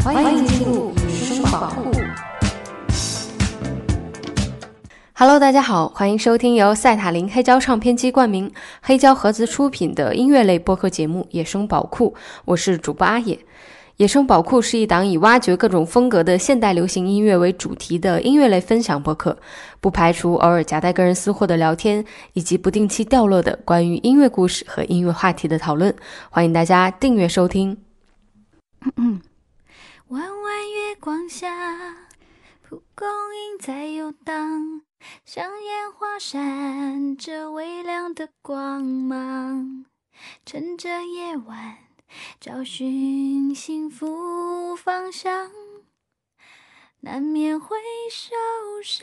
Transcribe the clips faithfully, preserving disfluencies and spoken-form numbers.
欢迎进入女生宝库。Hello， 大家好，欢迎收听由赛塔林黑胶唱片机冠名、黑胶盒子出品的音乐类播客节目《野生宝库》，我是主播阿野。野生宝库是一档以挖掘各种风格的现代流行音乐为主题的音乐类分享播客，不排除偶尔夹带个人私货的聊天，以及不定期掉落的关于音乐故事和音乐话题的讨论。欢迎大家订阅收听。 弯弯月光下，蒲公英在游荡，像烟花闪着微亮的光芒，趁着夜晚找寻幸福方向，难免会受伤。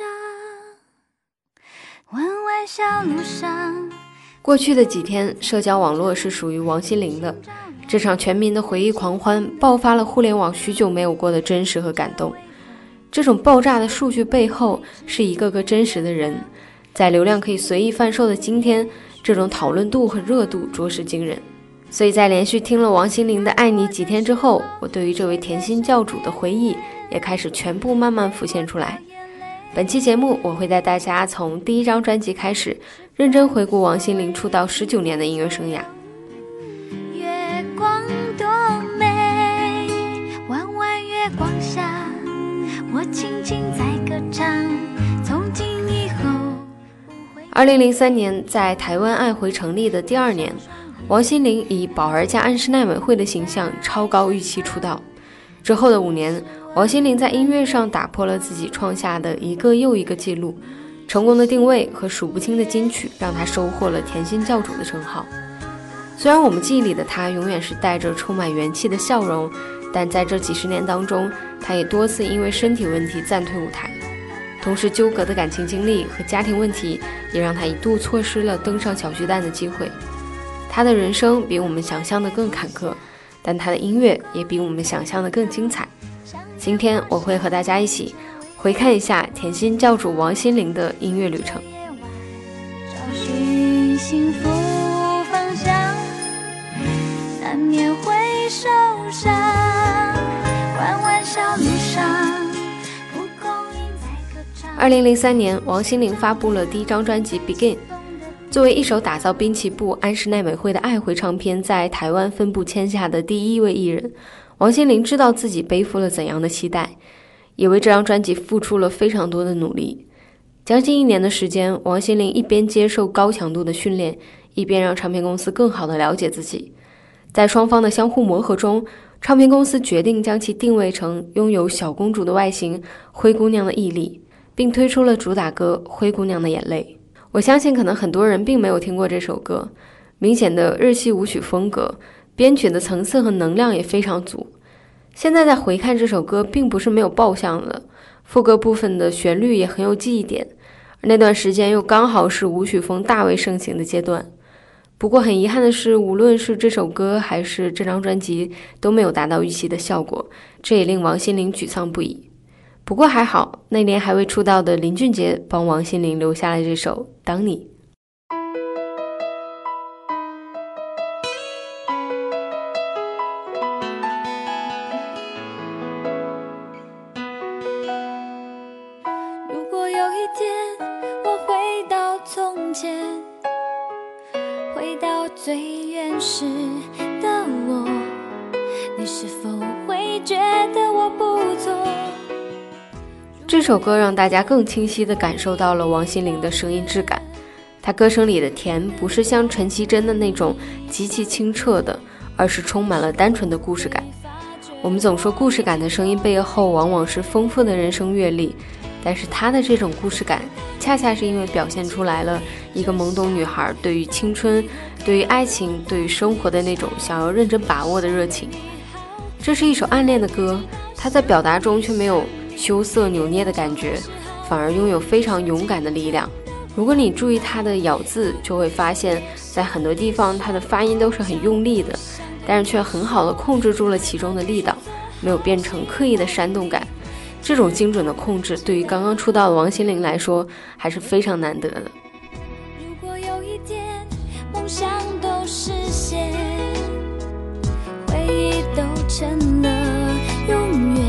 弯弯小路上， 过去的几天，社交网络是属于王心凌的。这场全民的回忆狂欢爆发了互联网许久没有过的真实和感动。这种爆炸的数据背后是一个个真实的人，在流量可以随意贩售的今天，这种讨论度和热度着实惊人。所以在连续听了王心凌的《爱你》几天之后，我对于这位甜心教主的回忆也开始全部慢慢浮现出来。本期节目我会带大家从第一张专辑开始，认真回顾王心凌出道十九年的音乐生涯。 月光多美，弯弯月光下，我轻轻在歌唱，从今以后。 二零零三年，在台湾爱回成立的第二年，王心凌以宝儿加安室奈美惠的形象超高预期出道。之后的五年，王心凌在音乐上打破了自己创下的一个又一个记录，成功的定位和数不清的金曲让她收获了甜心教主的称号。虽然我们记忆里的她永远是带着充满元气的笑容，但在这几十年当中，她也多次因为身体问题暂退舞台，同时纠葛的感情经历和家庭问题也让她一度错失了登上小巨蛋的机会。她的人生比我们想象的更坎坷，但她的音乐也比我们想象的更精彩。今天我会和大家一起回看一下甜心教主王心凌的音乐旅程。 找寻幸福方向，难免会受伤。弯弯小路上，蒲公英在歌唱。 二零零三年，王心凌发布了第一张专辑《Begin》。作为一手打造滨崎步、安室奈美惠的爱回唱片在台湾分部签下的第一位艺人，王心凌知道自己背负了怎样的期待，也为这张专辑付出了非常多的努力。将近一年的时间，王心凌一边接受高强度的训练，一边让唱片公司更好地了解自己。在双方的相互磨合中，唱片公司决定将其定位成拥有小公主的外形、灰姑娘的毅力，并推出了主打歌《灰姑娘的眼泪》。我相信可能很多人并没有听过这首歌，明显的日系舞曲风格，编曲的层次和能量也非常足。现在再回看这首歌，并不是没有爆相的，副歌部分的旋律也很有记忆点，而那段时间又刚好是舞曲风大为盛行的阶段。不过很遗憾的是，无论是这首歌还是这张专辑都没有达到预期的效果，这也令王心凌沮丧不已。不过还好，那年还未出道的林俊杰帮王心凌留下了这首《当你》。 如果有一天我回到从前，回到最原始的我，你是否会觉得我不错？ 这首歌让大家更清晰地感受到了王心凌的声音质感。她歌声里的甜不是像陈绮贞的那种极其清澈的，而是充满了单纯的故事感。我们总说故事感的声音背后往往是丰富的人生阅历，但是她的这种故事感恰恰是因为表现出来了一个懵懂女孩对于青春、对于爱情、对于生活的那种想要认真把握的热情。这是一首暗恋的歌，她在表达中却没有羞涩扭捏的感觉，反而拥有非常勇敢的力量。如果你注意它的咬字，就会发现在很多地方它的发音都是很用力的，但是却很好的控制住了其中的力道，没有变成刻意的煽动感。这种精准的控制对于刚刚出道的王心凌来说还是非常难得的。 如果有一天梦想都实现，回忆都成了永远，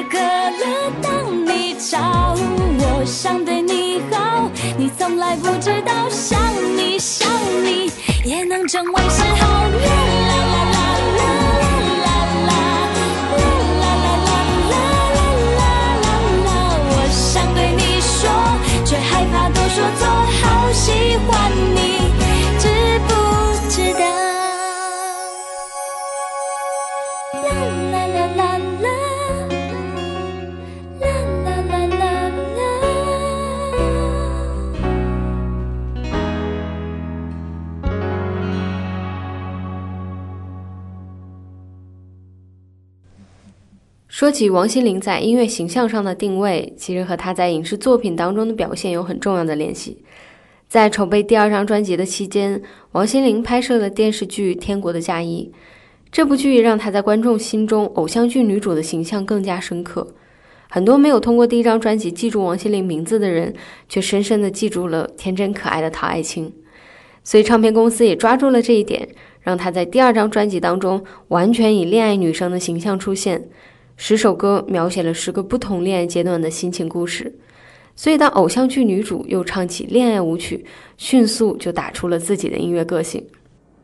可乐，当你吵，我想对你好，你从来不知道，想你想你也能成为嗜好。啦啦啦啦啦啦啦啦啦啦啦啦啦啦，我想对你说，却害怕都说错，好喜欢你，知不知道？啦啦啦啦啦，啦啦啦啦啦。 说起王心凌在音乐形象上的定位，其实和她在影视作品当中的表现有很重要的联系。在筹备第二张专辑的期间，王心凌拍摄了电视剧《天国的嫁衣》，这部剧让她在观众心中偶像剧女主的形象更加深刻。很多没有通过第一张专辑记住王心凌名字的人，却深深地记住了天真可爱的陶爱清。所以唱片公司也抓住了这一点，让她在第二张专辑当中完全以恋爱女生的形象出现。十首歌描写了十个不同恋爱阶段的心情故事，所以当偶像剧女主又唱起恋爱舞曲，迅速就打出了自己的音乐个性。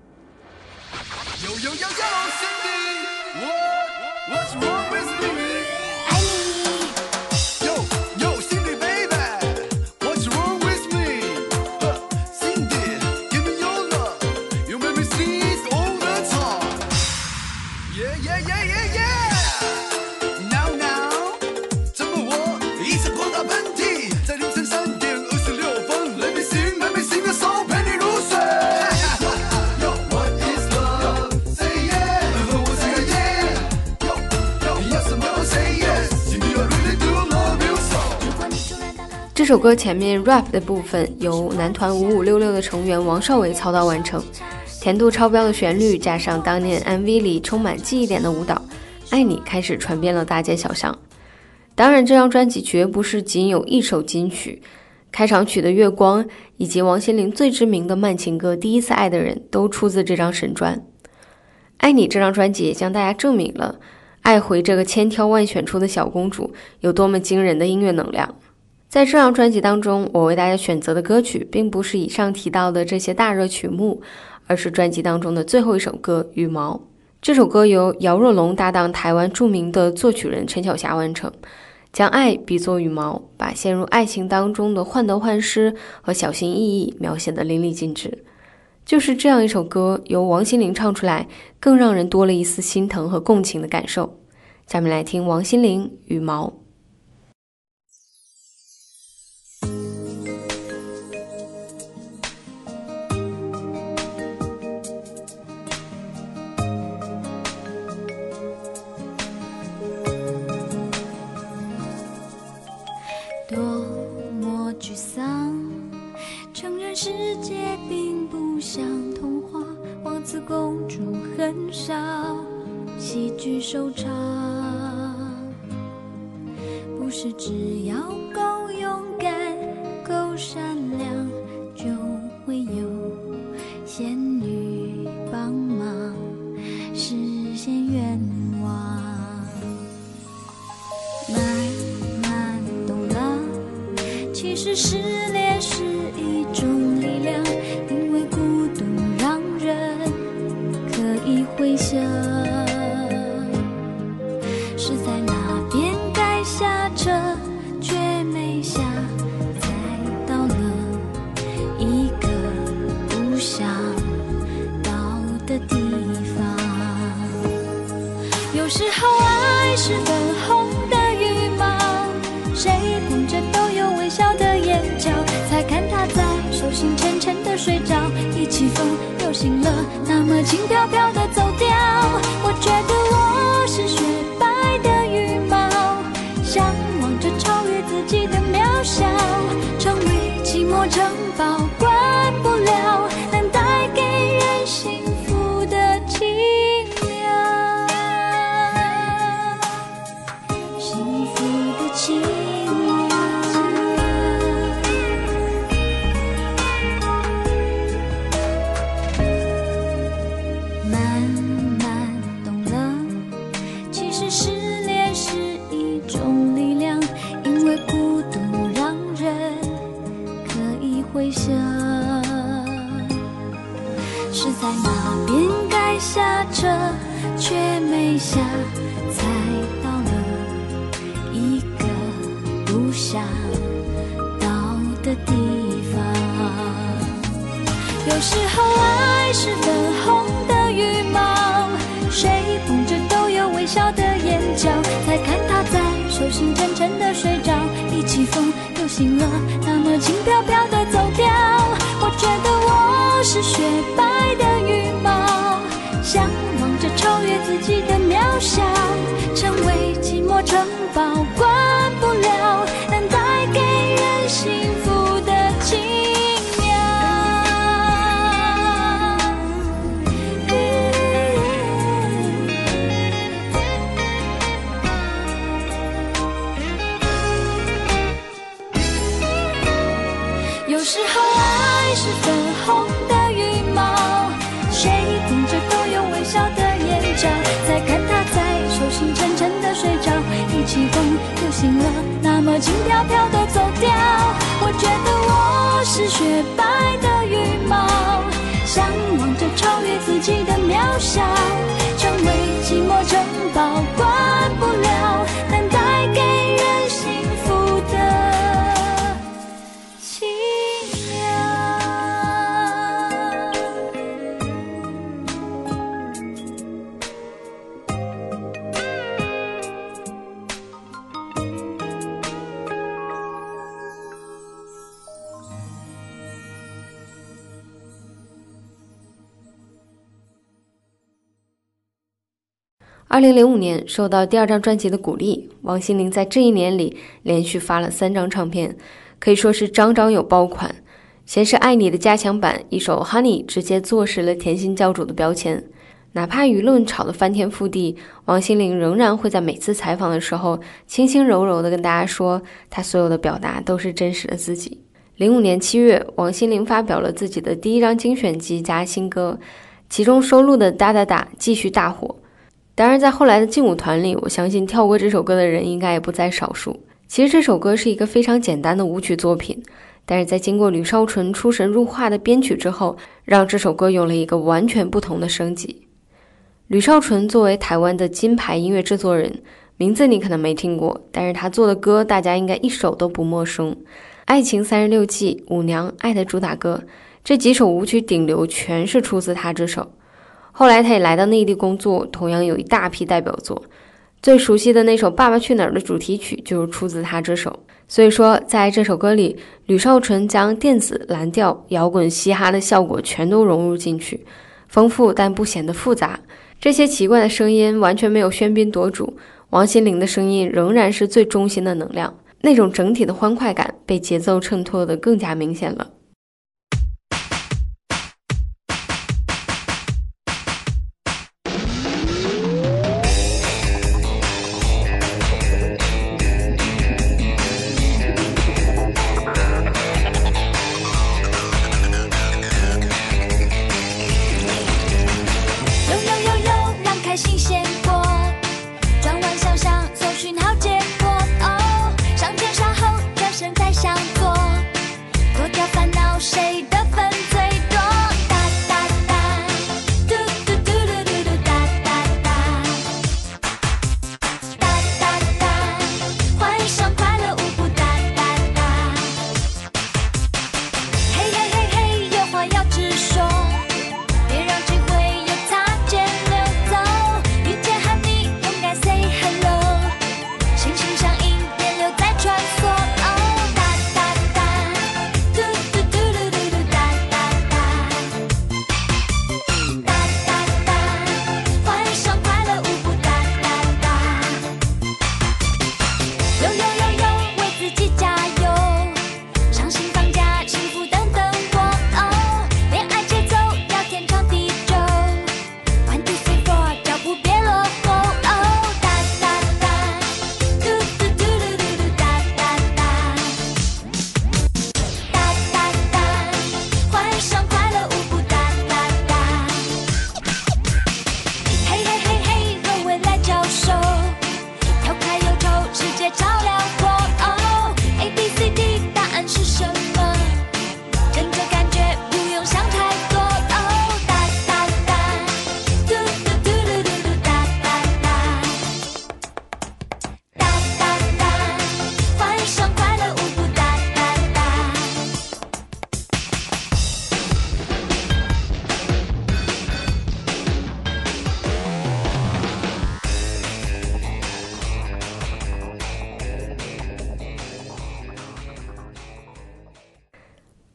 这首歌前面 rap 的部分由男团五五六六的成员王少伟操刀完成，甜度超标的旋律加上当年 M V 里充满记忆点的舞蹈，爱你开始传遍了大街小巷。当然这张专辑绝不是仅有一首金曲，开场曲的月光以及王心凌最知名的慢情歌第一次爱的人都出自这张神专。爱你这张专辑也向大家证明了爱回这个千挑万选出的小公主有多么惊人的音乐能量。在这张专辑当中，我为大家选择的歌曲并不是以上提到的这些大热曲目，而是专辑当中的最后一首歌《羽毛》。这首歌由姚若龙搭档台湾著名的作曲人陈小霞完成，将爱比作羽毛，把陷入爱情当中的患得患失和小心翼翼描写得淋漓尽致。就是这样一首歌由王心凌唱出来，更让人多了一丝心疼和共情的感受。下面来听王心凌《羽毛》。 多么沮丧，承认世界并不像童话，王子公主很少，戏剧收场，不是只要够勇敢够善良就会有仙女帮忙实现愿望。其实失恋是一种力量，因为孤独让人可以回想，是在哪边该下车却没下，才到了一个不想到的地方。有时候爱是粉红的羽毛，谁捧着都有微笑的眼角，才看他在手心沉沉的睡着，一起风又醒了，那么轻飘飘的走掉。我觉得我是雪白的羽毛，向往着超越自己的渺小，成为寂寞城堡，关不了能带给人幸福的清凉，幸福的清凉。慢却没想才到了一个不想到的地方。有时候爱是粉红的羽毛，谁捧着都有微笑的眼角，才看他在手心沉沉的睡着，一起风又醒了，那么轻飘飘的走掉。我觉得我是雪白的羽毛，向往着超越自己的渺小，成为寂寞城堡，关不了能带给人幸福的奇妙。有时候爱是粉红的羽毛，谁捧着都有微笑的眼角，再看他在手心沉沉的睡着，一起风又醒了，那么轻飘飘的走掉。我觉得我是雪白的羽毛，向往着超越自己的渺小，成为寂寞城堡，关不了能带给人幸福的奇妙。 二零零五年，受到第二张专辑的鼓励，王心凌在这一年里连续发了三张唱片，可以说是张张有爆款。先是《爱你》的加强版，一首《Honey》直接坐实了甜心教主的标签。哪怕舆论吵得翻天覆地，王心凌仍然会在每次采访的时候轻轻柔柔地跟大家说，她所有的表达都是真实的自己。零五年七月，王心凌发表了自己的第一张精选集加新歌，其中收录的《哒哒哒》继续大火。当然在后来的劲舞团里，我相信跳过这首歌的人应该也不在少数。其实这首歌是一个非常简单的舞曲作品，但是在经过吕少纯出神入化的编曲之后，让这首歌有了一个完全不同的升级。吕少纯作为台湾的金牌音乐制作人，名字你可能没听过，但是他做的歌大家应该一首都不陌生。爱情三十六计、舞娘、爱的主打歌，这几首舞曲顶流全是出自他之手。后来他也来到内地工作，同样有一大批代表作，最熟悉的那首《爸爸去哪儿》的主题曲就是出自他之手。所以说在这首歌里，吕少纯将电子、蓝调、摇滚、嘻哈的效果全都融入进去，丰富但不显得复杂。这些奇怪的声音完全没有喧宾夺主，王心凌的声音仍然是最中心的能量，那种整体的欢快感被节奏衬托得更加明显了。 脱掉烦恼。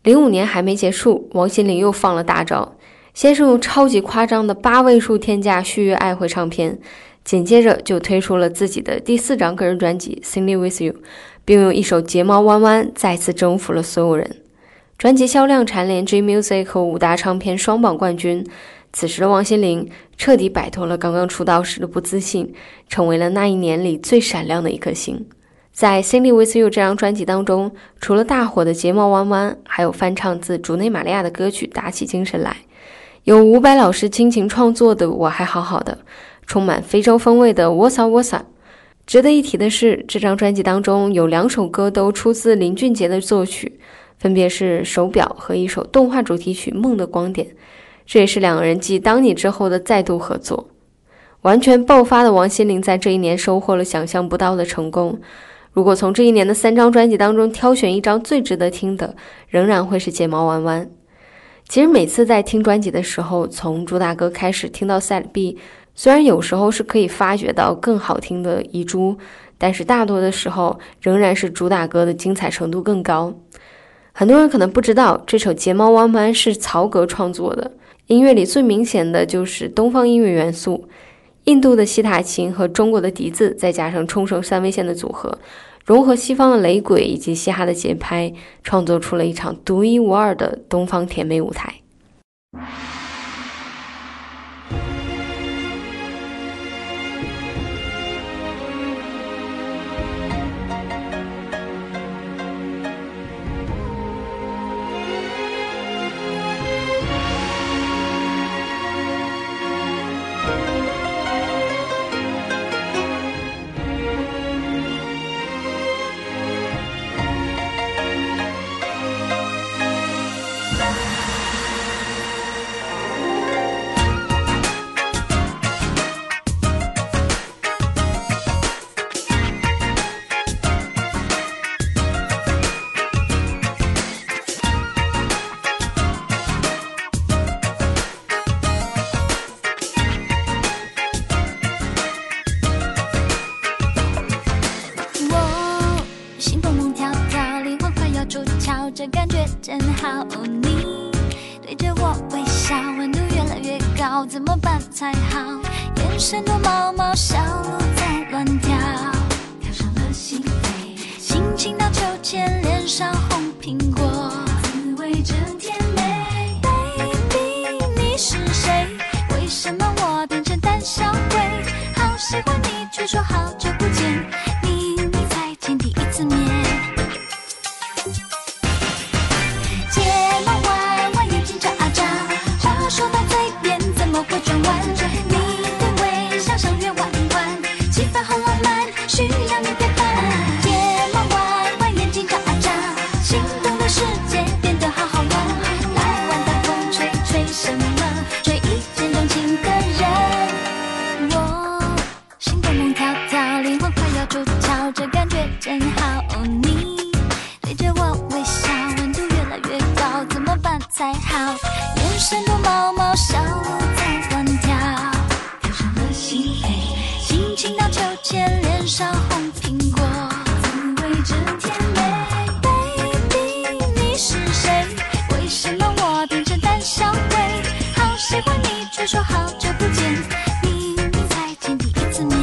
零五年还没结束，王心凌又放了大招，先是用超级夸张的八位数天价续约爱回唱片，紧接着就推出了自己的第四张个人专辑 Simply With You， 并用一首睫毛弯弯再次征服了所有人。专辑销量蝉联 J Music 和五大唱片双榜冠军。此时的王心凌彻底摆脱了刚刚出道时的不自信，成为了那一年里最闪亮的一颗星。在 Simply With You 这张专辑当中，除了大火的睫毛弯弯，还有翻唱自竹内玛利亚的歌曲打起精神来，有伍佰老师倾情创作的我还好好的，充满非洲风味的 Wosa Wosa。 值得一提的是，这张专辑当中有两首歌都出自林俊杰的作曲，分别是手表和一首动画主题曲《梦的光点》，这也是两个人继当你之后的再度合作。完全爆发的王心凌在这一年收获了想象不到的成功。如果从这一年的三张专辑当中挑选一张最值得听的，仍然会是睫毛弯弯。其实每次在听专辑的时候，从主打歌开始听到 Side B， 虽然有时候是可以发掘到更好听的遗珠，但是大多的时候仍然是主打歌的精彩程度更高。很多人可能不知道，这首睫毛弯弯是曹格创作的，音乐里最明显的就是东方音乐元素，印度的西塔琴和中国的笛子，再加上冲绳三味线的组合，融合西方的雷鬼以及嘻哈的节拍，创作出了一场独一无二的东方甜美舞台。 这感觉真好，你对着我微笑，温度越来越高，怎么办才好？眼神多毛毛，小鹿在乱跳，跳上了心扉，心情到秋千，脸上红苹果，滋味真甜美。Baby， 你是谁？为什么我变成胆小鬼？好喜欢你，却说好久不见，明明才见第一次面。说到嘴边怎么会转弯？你的微笑像月弯弯，气氛好浪漫，需要你陪伴。睫毛弯弯，眼睛眨啊眨，心动的世界变得好好玩。来玩大风吹吹什么？追一见钟情的人。我心蹦蹦跳跳，灵魂快要出窍，这感觉真好。你对着我微笑，温度越来越高，怎么办才好？眼神多毛毛，小鹿在乱跳，跳上了心扉，心情到秋千，脸上红苹果，滋味真甜美。Baby， 你是谁？为什么我变成胆小鬼？好喜欢你，却说好久不见，明明才见第一次面。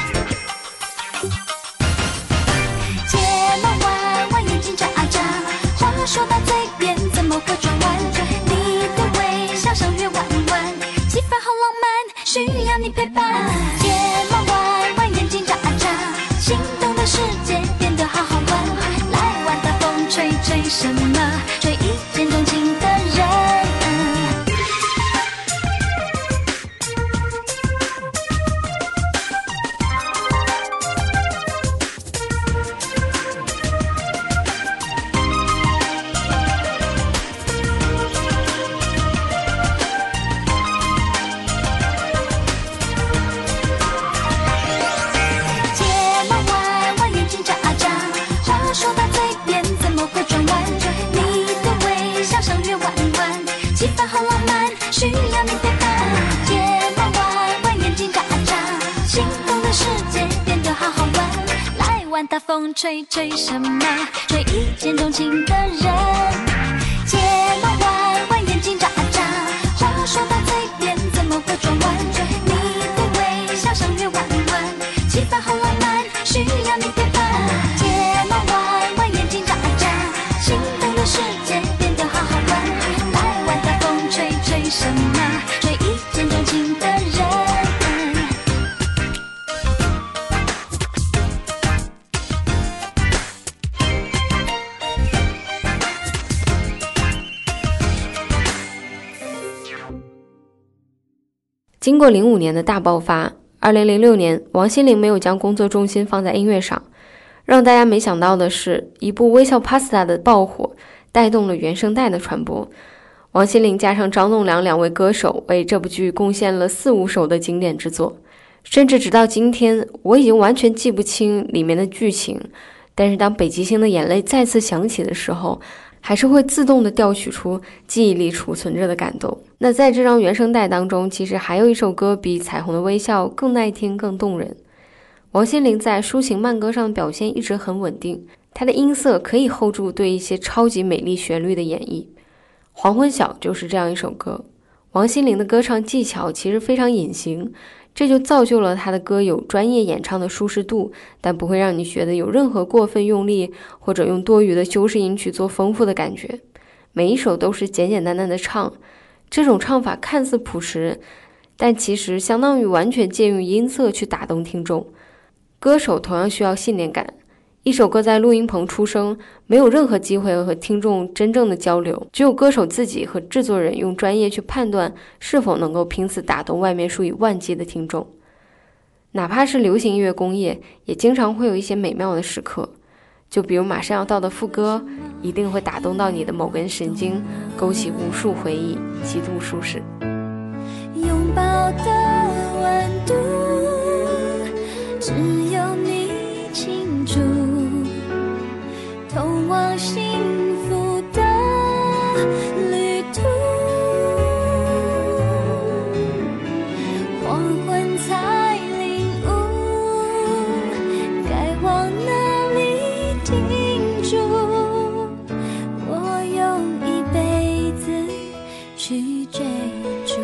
睫毛弯弯，眼睛眨啊眨，话说到嘴边怎么会转弯？笑像月弯弯，气氛好浪漫，需要你陪伴。睫毛弯弯，眼睛眨啊眨，心动的世界变得好好玩。来玩大风吹吹什么？追一见钟情的人。气氛好浪漫，需要你陪伴。睫毛弯弯，眼睛眨啊眨，心动的世界变得好好玩。来玩大风吹吹什么？追一见钟情的人。 睫毛弯弯，眼睛眨眨，话说到嘴边怎么会转弯？你的微笑像月弯弯，气氛好浪漫，需要你陪伴。睫毛弯弯，眼睛眨眨，心动的世界变得好好玩。来玩大风吹吹什么？吹一见钟情的人。 经过零五年的大爆发，二零零六年王心凌没有将工作重心放在音乐上。让大家没想到的是，一部微笑 Pasta 的爆火带动了原声带的传播。王心凌加上张栋梁两位歌手为这部剧贡献了四五首的经典之作，甚至直到今天我已经完全记不清里面的剧情，但是当北极星的眼泪再次响起的时候，还是会自动的调取出记忆里储存着的感动。那在这张原声带当中，其实还有一首歌比彩虹的微笑更耐听更动人。王心凌在抒情慢歌上的表现一直很稳定，她的音色可以 hold 住对一些超级美丽旋律的演绎。黄昏晓就是这样一首歌，王心凌的歌唱技巧其实非常隐形，这就造就了她的歌有专业演唱的舒适度，但不会让你觉得有任何过分用力或者用多余的修饰音去做丰富的感觉。每一首都是简简单单的唱，这种唱法看似朴实，但其实相当于完全借用音色去打动听众。歌手同样需要信念感，一首歌在录音棚出声，没有任何机会和听众真正的交流，只有歌手自己和制作人用专业去判断是否能够凭此打动外面数以万计的听众。哪怕是流行音乐工业，也经常会有一些美妙的时刻，就比如马上要到的副歌，一定会打动到你的某根神经，勾起无数回忆，极度舒适。 拥抱的温度，只有你清楚，通往幸福的旅途。黄昏才领悟，该往哪里停住？我用一辈子去追逐。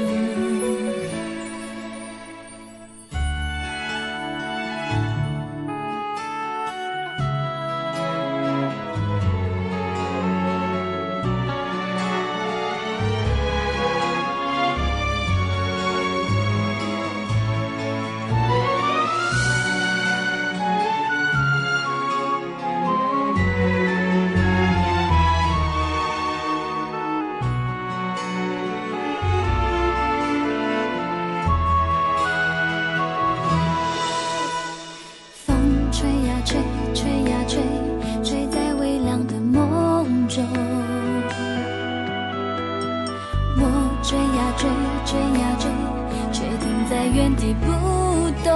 原地不动，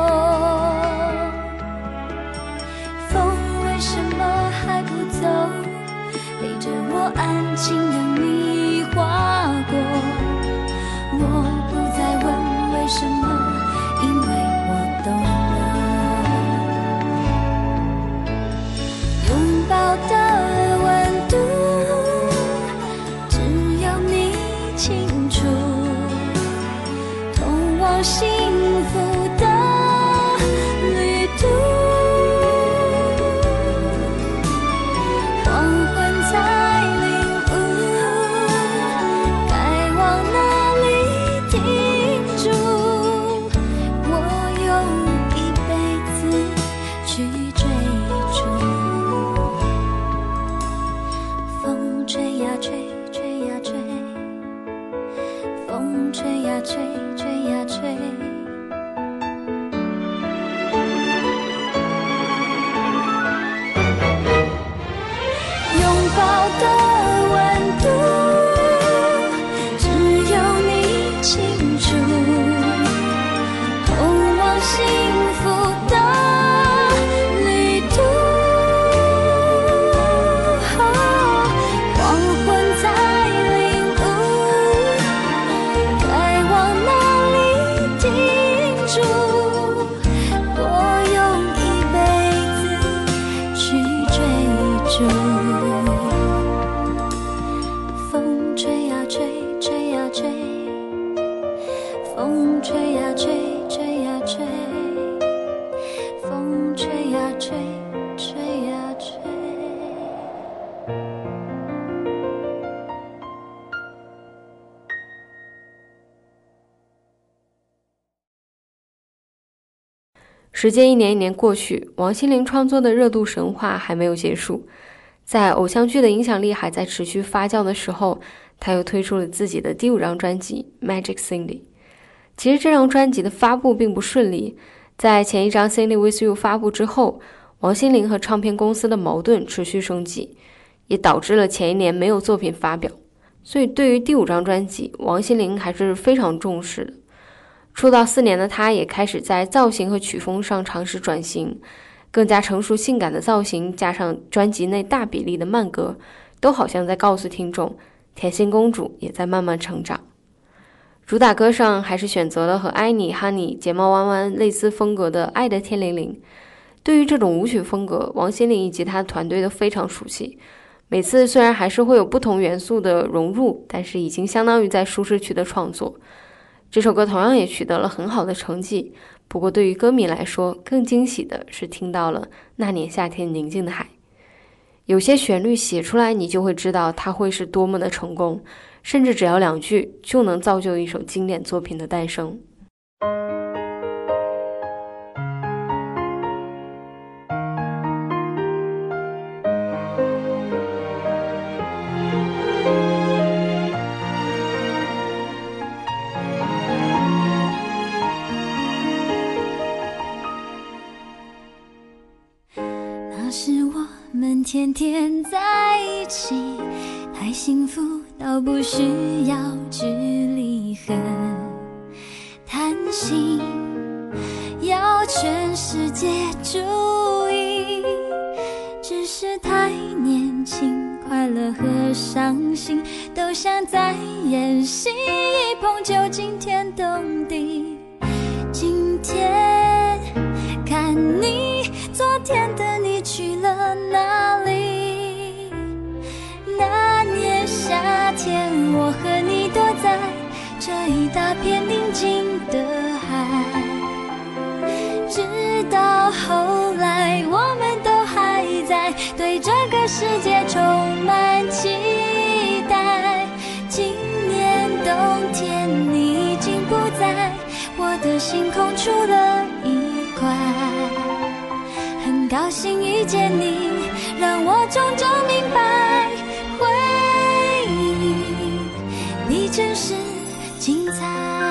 风为什么还不走？陪着我安静的你划过，我不再问为什么，因为我懂了。拥抱的温度，只有你清楚，通往幸福的旅途。黄昏才领悟，该往哪里停住？ 吹呀吹，吹呀吹。 时间一年一年过去，王心凌创作的热度神话还没有结束。在偶像剧的影响力还在持续发酵的时候，她又推出了自己的第五张专辑《Magic Cindy》。其实这张专辑的发布并不顺利，在前一张《Cindy With You》发布之后，王心凌和唱片公司的矛盾持续升级，也导致了前一年没有作品发表。所以对于第五张专辑，王心凌还是非常重视的。出道四年的她也开始在造型和曲风上尝试转型，更加成熟性感的造型加上专辑内大比例的慢歌，都好像在告诉听众，甜心公主也在慢慢成长。主打歌上还是选择了和艾妮、哈尼、睫毛弯弯类似风格的《爱的天灵灵》。对于这种舞曲风格，王心凌以及她的团队都非常熟悉。每次虽然还是会有不同元素的融入，但是已经相当于在舒适区的创作。这首歌同样也取得了很好的成绩，不过对于歌迷来说，更惊喜的是听到了那年夏天宁静的海。有些旋律写出来，你就会知道它会是多么的成功，甚至只要两句就能造就一首经典作品的诞生。 那是我们天天在一起，太幸福到不需要距离和贪心，要全世界注意，只是太年轻，快乐和伤心都像在演戏，一碰就惊天动地。今天看你，昨天的你去了哪里？那年夏天，我和你躲在这一大片宁静的海，直到后来我们都还在对这个世界充满期待。今年冬天你已经不在我的星空，出了一块。很高兴遇见你，让我种种明白，回忆你真是精彩。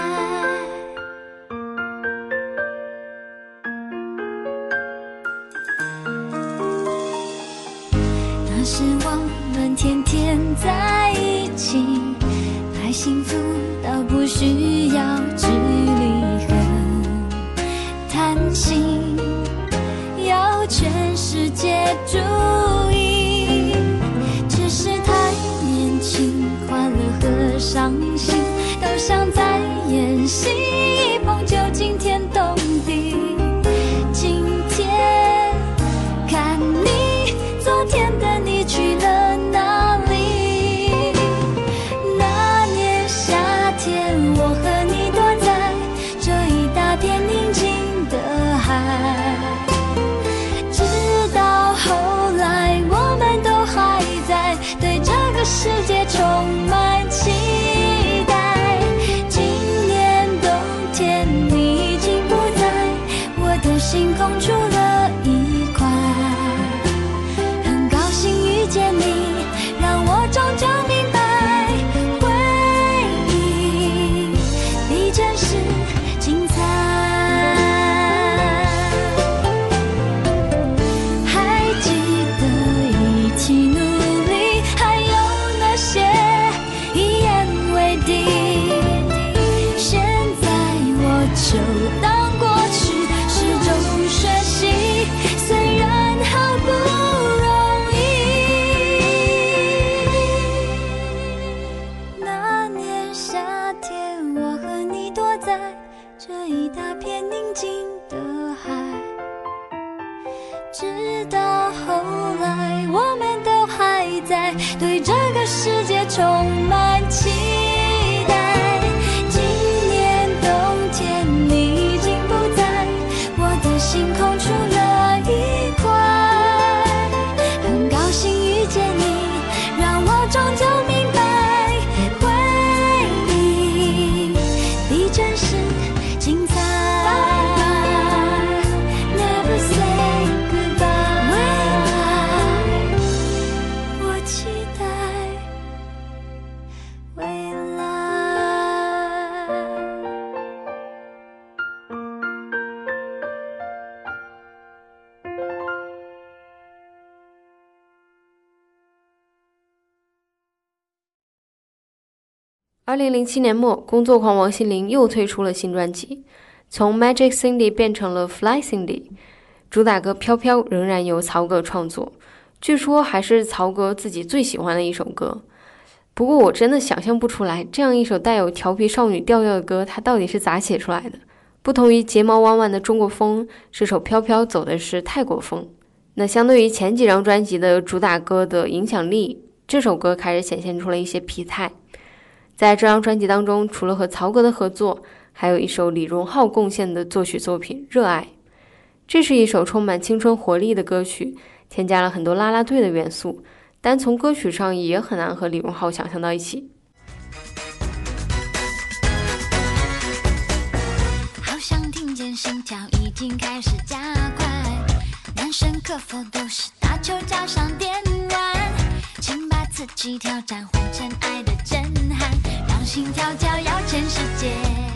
那时我们天天在一起，太幸福到不需要距离和贪心，要全世界注意，只是太年轻，快乐和伤心都像在演戏，一碰就惊天动地。今天看你，昨天的你去了哪里？那年夏天，我和你躲在这一大片宁静的海，直到后来我们都还在对这个世界充满期待。今年冬零零七年末，工作狂王心凌又推出了新专辑，从 Magic Cindy 变成了 Fly Cindy， 主打歌飘飘仍然由曹格创作，据说还是曹格自己最喜欢的一首歌。不过我真的想象不出来，这样一首带有调皮少女调调的歌，它到底是咋写出来的？不同于睫毛弯弯的中国风，这首飘飘走的是泰国风。那相对于前几张专辑的主打歌的影响力，这首歌开始显现出了一些疲态。在这张专辑当中，除了和曹格的合作，还有一首李荣浩贡献的作曲作品《热爱》。这是一首充满青春活力的歌曲，添加了很多啦啦队的元素，单从歌曲上也很难和李荣浩想象到一起。 好像听见心跳已经开始加快，男生可否都是打球加上电玩，请把自己挑战换成爱的震撼，让心跳跳跃全世界。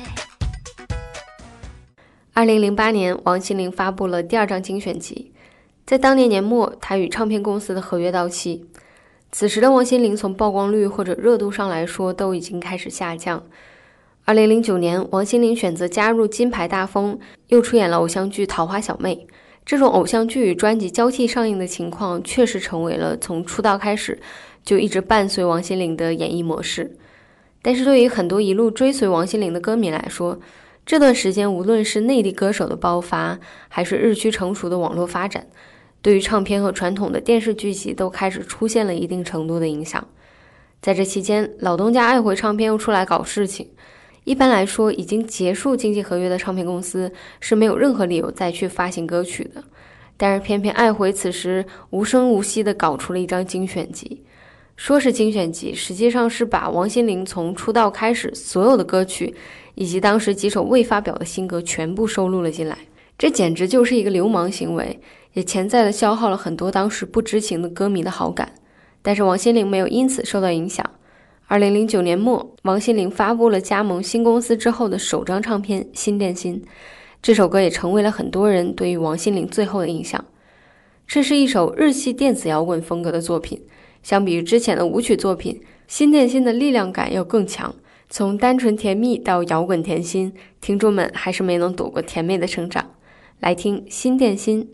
二零零八年，王心凌发布了第二张精选集。在当年年末，她与唱片公司的合约到期。此时的王心凌从曝光率或者热度上来说都已经开始下降。二零零九年，王心凌选择加入金牌大风，又出演了偶像剧《桃花小妹》。这种偶像剧与专辑交替上映的情况，确实成为了从出道开始就一直伴随王心凌的演艺模式。但是对于很多一路追随王心凌的歌迷来说，这段时间无论是内地歌手的爆发，还是日趋成熟的网络发展，对于唱片和传统的电视剧集都开始出现了一定程度的影响。在这期间，老东家爱回唱片又出来搞事情。一般来说，已经结束经纪合约的唱片公司是没有任何理由再去发行歌曲的，但是偏偏爱回此时无声无息地搞出了一张精选集。说是精选集，实际上是把王心凌从出道开始所有的歌曲以及当时几首未发表的新歌全部收录了进来。这简直就是一个流氓行为，也潜在地消耗了很多当时不知情的歌迷的好感。但是王心凌没有因此受到影响。二零零九年末，王心凌发布了加盟新公司之后的首张唱片《心电心》，这首歌也成为了很多人对于王心凌最后的印象。这是一首日系电子摇滚风格的作品，相比于之前的舞曲作品，《心电心》的力量感要更强，从单纯甜蜜到摇滚甜心，听众们还是没能躲过甜美的成长。来听《心电心》。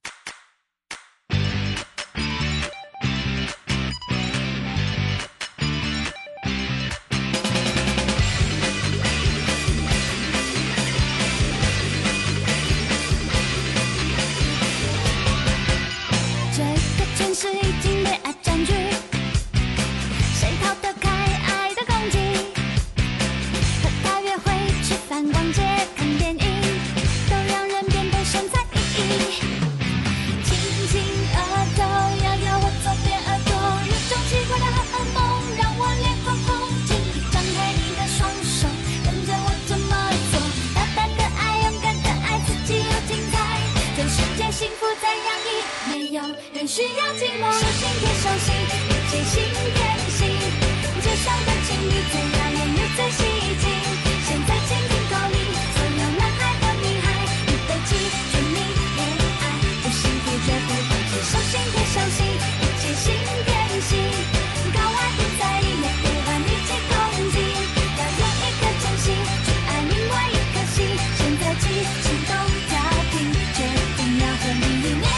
需要寂寞，手心贴手心，一起心贴心，街上的情侣最耀眼又最吸睛。现在请听口令，所有男孩和女孩，预备起，全力恋爱，不幸福绝不放弃。手心贴手心，一起心贴心，高爱不在意，也不管一起共进，要有一颗真心去爱另外一颗心。现在起，心动调频，决定要和你恋。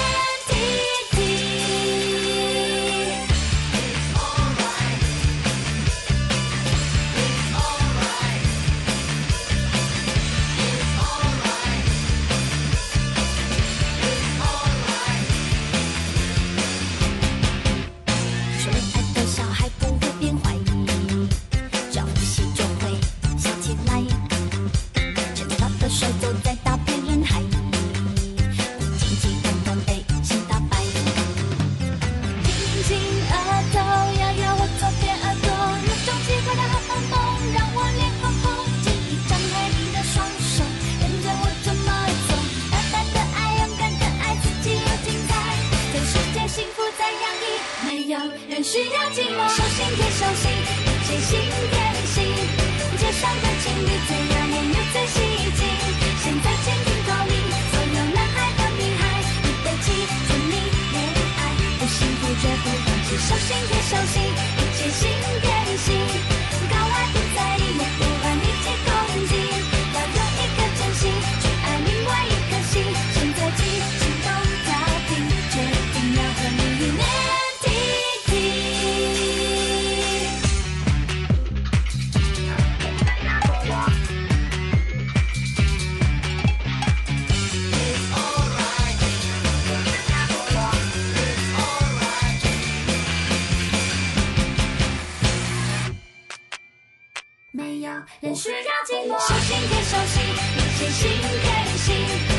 需要寂寞，手心贴手心，一起心贴心，街上的情侣最耀眼又最吸睛。现在请听口令，所有男孩和女孩，预备起，全力恋爱，不幸福绝不放弃。手心贴手心，一起心贴心，高爱不在意。 天天相信，一起心贴心。